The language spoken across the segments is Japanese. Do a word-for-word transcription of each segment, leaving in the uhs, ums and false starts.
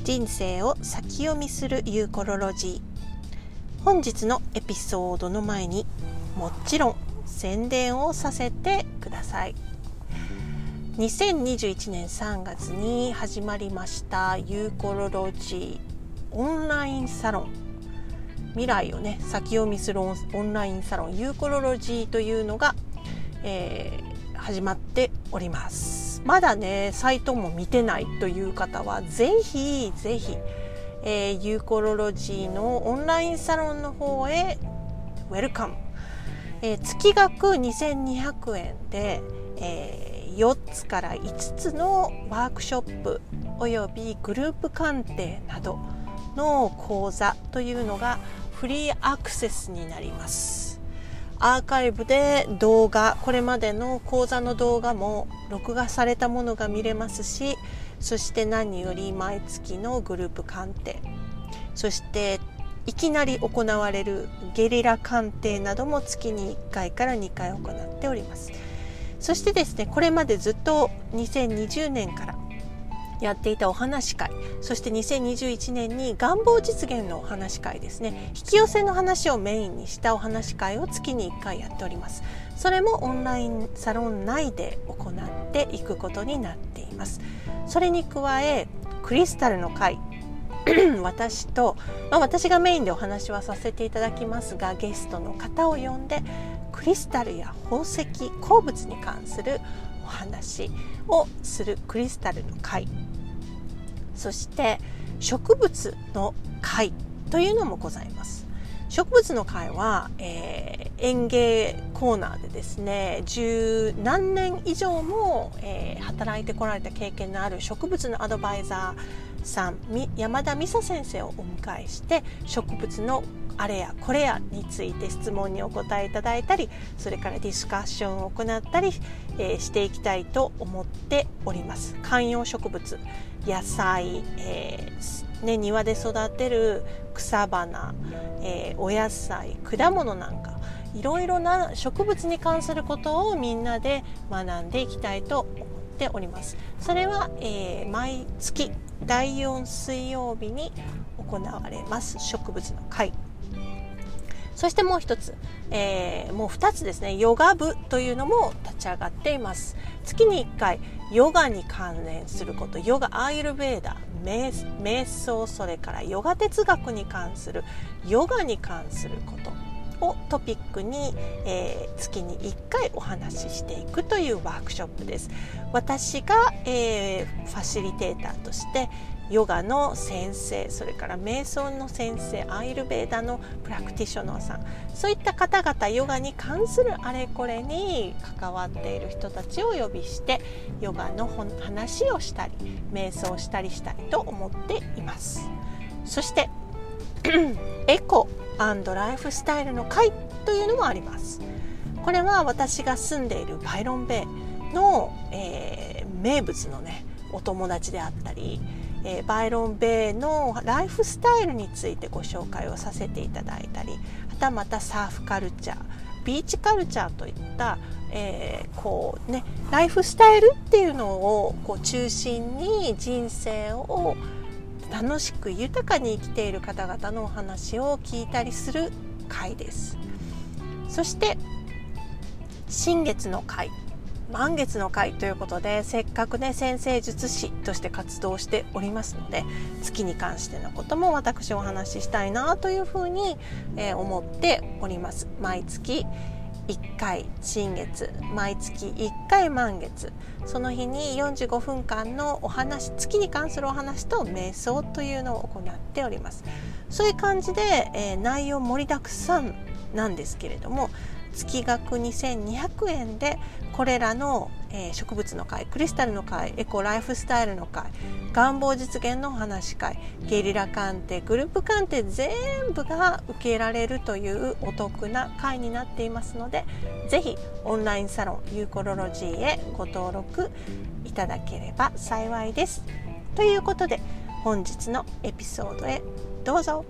人生を先読みするユーコロロジー。本日のエピソードの前にもちろん宣伝をさせてください。にせんにじゅういちねんさんがつに始まりましたユーコロロジーオンラインサロン、未来をね先読みするオンラインサロンユーコロロジーというのが、えー、始まっております。まだねサイトも見てないという方はぜひぜひ、えー、ユーコロロジーのオンラインサロンの方へウェルカム。えー、月額にせんにひゃくえんで、えー、よっつからいつつのワークショップおよびグループ鑑定などの講座というのがフリーアクセスになります。アーカイブで動画、これまでの講座の動画も録画されたものが見れますし、そして何より毎月のグループ鑑定、そしていきなり行われるゲリラ鑑定なども月にいっかいからにかい行っております。そしてですね、これまでずっとにせんにじゅうねんからやっていたお話会、そしてにせんにじゅういちねんに願望実現のお話会ですね、引き寄せの話をメインにしたお話会を月にいっかいやっております。それもオンラインサロン内で行っていくことになっています。それに加えクリスタルの会私と、まあ、私がメインでお話はさせていただきますが、ゲストの方を呼んでクリスタルや宝石、鉱物に関するお話をするクリスタルの会、そして植物の会というのもございます。植物の会は、えー、園芸コーナーでですね、十何年以上も、えー、働いてこられた経験のある植物のアドバイザーさん、山田美沙先生をお迎えして植物のあれやこれやについて質問にお答えいただいたり、それからディスカッションを行ったり、えー、していきたいと思っております。観葉植物、野菜、えーね、庭で育てる草花、えー、お野菜、果物なんかいろいろな植物に関することをみんなで学んでいきたいと思っております。それは、えー、毎月だいよん水曜日に行われます植物の会。そしてもう一つ、えー、もう二つですね、ヨガ部というのも立ち上がっています。月にいっかいヨガに関連すること、ヨガ、アーユルヴェーダ、瞑想、それからヨガ哲学に関するヨガに関することをトピックに、えー、月にいっかいお話ししていくというワークショップです。私が、えー、ファシリテーターとしてヨガの先生、それから瞑想の先生、アーユルヴェーダのプラクティショナーさん、そういった方々、ヨガに関するあれこれに関わっている人たちをお呼びしてヨガの話をしたり瞑想したりしたいと思っています。そしてエコ&ライフスタイルの会というのもあります。これは私が住んでいるバイロンベイの、えー、名物のねお友達であったり、えー、バイロンベイのライフスタイルについてご紹介をさせていただいたり、はたまたサーフカルチャー、ビーチカルチャーといった、えーこうね、ライフスタイルっていうのをこう中心に人生を楽しく豊かに生きている方々のお話を聞いたりする会です。そして新月の会、満月の会ということで、せっかくね占星術師として活動しておりますので、月に関してのことも私お話ししたいなというふうに、えー、思っております。毎月いっかい新月、毎月いっかい満月、その日によんじゅうごふんかんのお話、月に関するお話と瞑想というのを行っております。そういう感じで、えー、内容盛りだくさんなんですけれども、月額にせんにひゃくえんでこれらの、えー、植物の会、クリスタルの会、エコライフスタイルの会、願望実現のお話会、ゲリラ鑑定、グループ鑑定、全部が受けられるというお得な会になっていますので、ぜひオンラインサロンユーコロロジーへご登録いただければ幸いです。ということで本日のエピソードへどうぞ。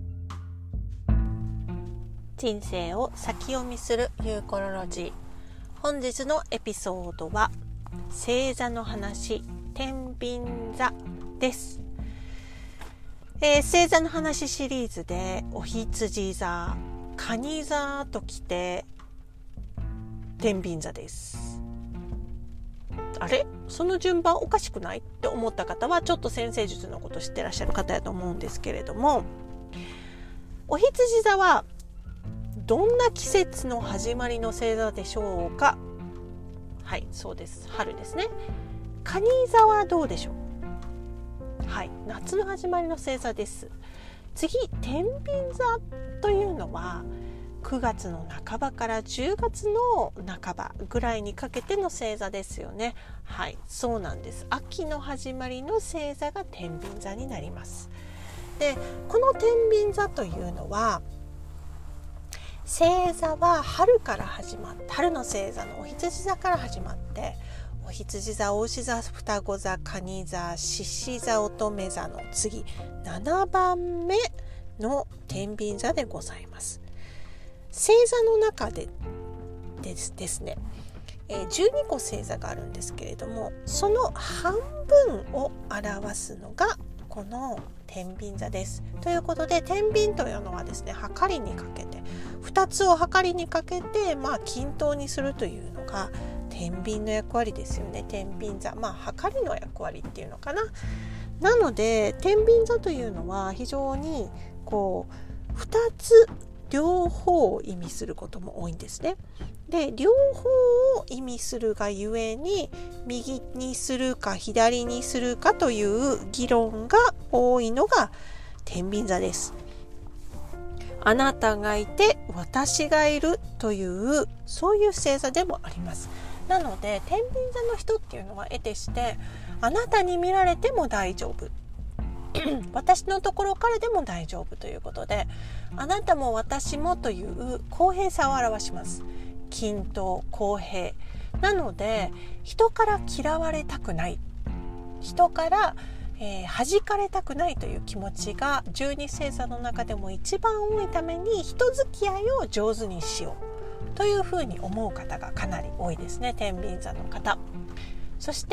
人生を先読みするユーコロロジー。 本日のエピソードは星座の話、天秤座です。えー、星座の話シリーズでお羊座、蟹座ときて天秤座です。あれその順番おかしくないって思った方はちょっと占星術のこと知ってらっしゃる方やと思うんですけれども、お羊座はどんな季節の始まりの星座でしょうか？はい、そうです。春ですね。蟹座はどうでしょう？はい、夏の始まりの星座です。次、天秤座というのはくがつの半ばからじゅうがつの半ばぐらいにかけての星座ですよね。はい、そうなんです。秋の始まりの星座が天秤座になります。で、この天秤座というのは星座は春から始まって、春の星座のお羊座から始まって、お羊座、お牛座、双子座、蟹座、獅子座、乙女座の次ななばんめの天秤座でございます。星座の中でですですね、じゅうにこ星座があるんですけれども、その半分を表すのがこの天秤座です。ということで、天秤というのはですね、測りにかけてふたつを測りにかけて、まあ、均等にするというのが天秤の役割ですよね。天秤座、まあ測りの役割っていうのかな。なので天秤座というのは非常にこうふたつ両方を意味することも多いんですね。で、両方を意味するがゆえに、右にするか左にするかという議論が多いのが天秤座です。あなたがいて私がいるというそういう星座でもあります。なので天秤座の人っていうのは得てしてあなたに見られても大丈夫私のところからでも大丈夫ということで、あなたも私もという公平さを表します。均等、公平なので、人から嫌われたくない、人からえー、弾かれたくないという気持ちがじゅうに星座の中でも一番多いために、人付き合いを上手にしようというふうに思う方がかなり多いですね、天秤座の方。そして、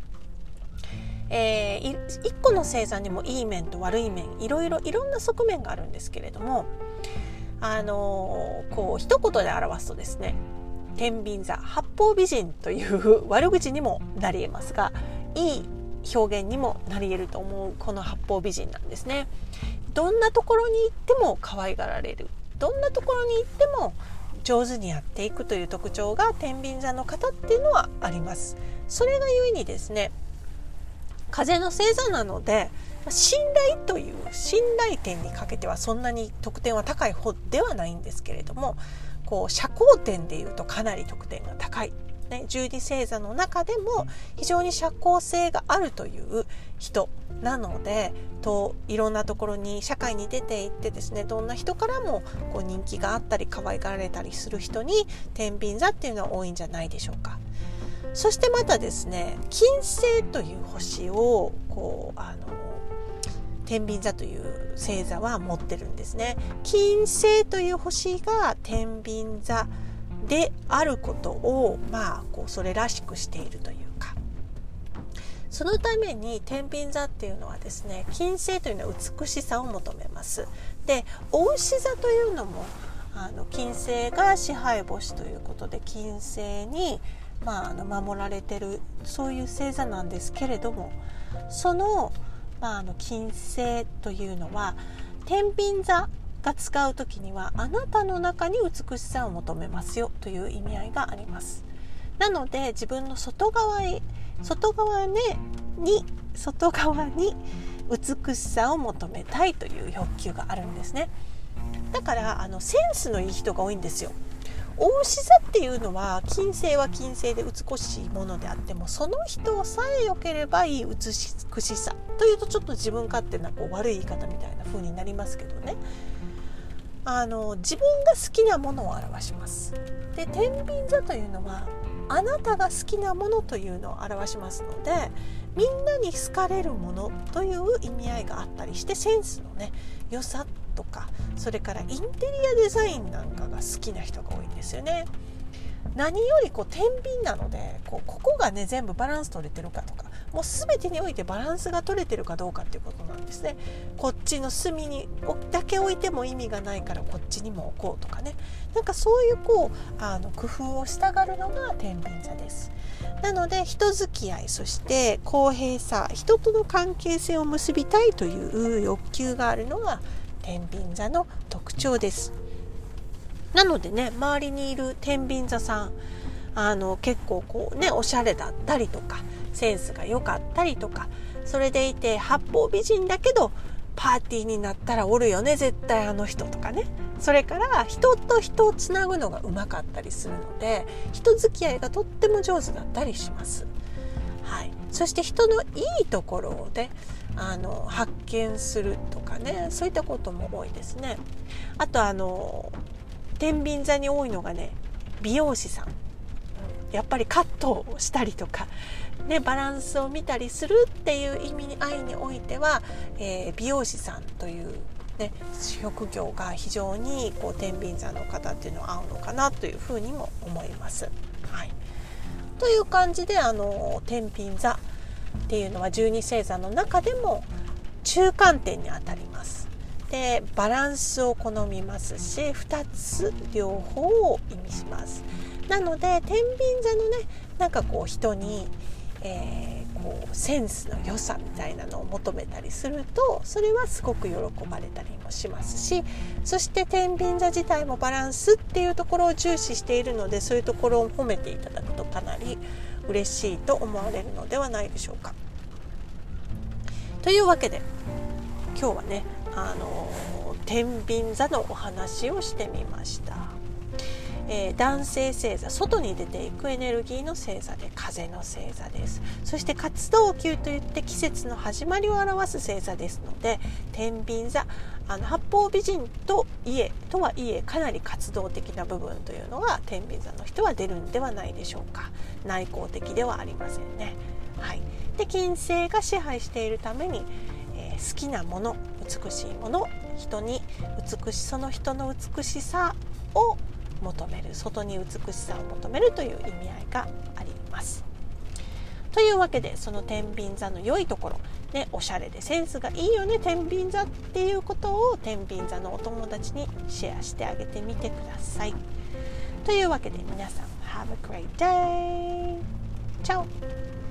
えー、いっこの星座にもいい面と悪い面、いろいろいろんな側面があるんですけれども、あのー、こう一言で表すとですね、天秤座、八方美人という悪口にもなり得ますが、いい表現にもなり得ると思うこの八方美人なんですね。どんなところに行っても可愛がられる、どんなところに行っても上手にやっていくという特徴が天秤座の方っていうのはあります。それがゆえにですね、風の星座なので信頼という信頼点にかけてはそんなに得点は高い方ではないんですけれども、こう社交点でいうとかなり得点が高い、ね、じゅうに星座の中でも非常に社交性があるという人なので、といろんなところに社会に出ていってですね、どんな人からもこう人気があったり可愛がられたりする人に天秤座っていうのは多いんじゃないでしょうか。そしてまたですね、金星という星をこうあの天秤座という星座は持ってるんですね。金星という星が天秤座であることを、まあこうそれらしくしているというか、そのために天秤座っていうのはですね、金星というのは美しさを求めます。で、お牛座というのもあの金星が支配星ということで、金星にまあ、あの守られてるそういう星座なんですけれども、その、まあ、あの金星というのは天秤座が使うときにはあなたの中に美しさを求めますよという意味合いがあります。なので自分の外側へ外側、ね、に外側に美しさを求めたいという欲求があるんですね。だからあのセンスのいい人が多いんですよ。お牛座っていうのは金星は金星で美しいものであっても、その人さえ良ければいい美しさというとちょっと自分勝手なこう悪い言い方みたいな風になりますけどね、あの自分が好きなものを表します。で、天秤座というのはあなたが好きなものというのを表しますので、みんなに好かれるものという意味合いがあったりして、センスのね良さとか、それからインテリアデザインなんかが好きな人が多いんですよね。 何よりこう天秤なので、こうここがね全部バランス取れてるかとか、もう全てにおいてバランスが取れてるかどうかっていうことなんですね。こっちの隅にだけ置いても意味がないからこっちにも置こうとかね、なんかそういうこうあの工夫をしたがるのが天秤座です。なので人付き合い、そして公平さ、人との関係性を結びたいという欲求があるのが天秤座の特徴です。なのでね、周りにいる天秤座さん、あの結構こうねおしゃれだったりとか、センスが良かったりとか、それでいて八方美人だけどパーティーになったらおるよね絶対あの人とかね、それから人と人をつなぐのがうまかったりするので、人付き合いがとっても上手だったりします。はい、そして人のいいところをねあの発見するとかね、そういったことも多いですね。あとあの天秤座に多いのがね、美容師さん、やっぱりカットをしたりとか、ね、バランスを見たりするっていう意味に愛においては、えー、美容師さんという、ね、職業が非常にこう天秤座の方っていうのは合うのかなというふうにも思います。はい、という感じで、あの天秤座っていうのはじゅうに星座の中でも中間点にあたります。でバランスを好みますし、ふたつ両方を意味します。なので天秤座のねなんかこう人に、えー、こうセンスの良さみたいなのを求めたりすると、それはすごく喜ばれたりもしますし、そして天秤座自体もバランスっていうところを重視しているので、そういうところを褒めていただくとかなり嬉しいと思われるのではないでしょうか。というわけで今日はねあの天秤座のお話をしてみました。えー、男性星座、外に出ていくエネルギーの星座で風の星座です。そして活動球といって季節の始まりを表す星座ですので、天秤座、あの八方美人といえとはいえかなり活動的な部分というのが天秤座の人は出るんではないでしょうか。内向的ではありませんね。はい、で金星が支配しているために、えー、好きなもの、美しいもの、人に美しその人の美しさを求める、外に美しさを求めるという意味合いがあります。というわけで、その天秤座の良いところ、ね、おしゃれでセンスがいいよね天秤座っていうことを天秤座のお友達にシェアしてあげてみてください。というわけで皆さん Have a great day! チャオ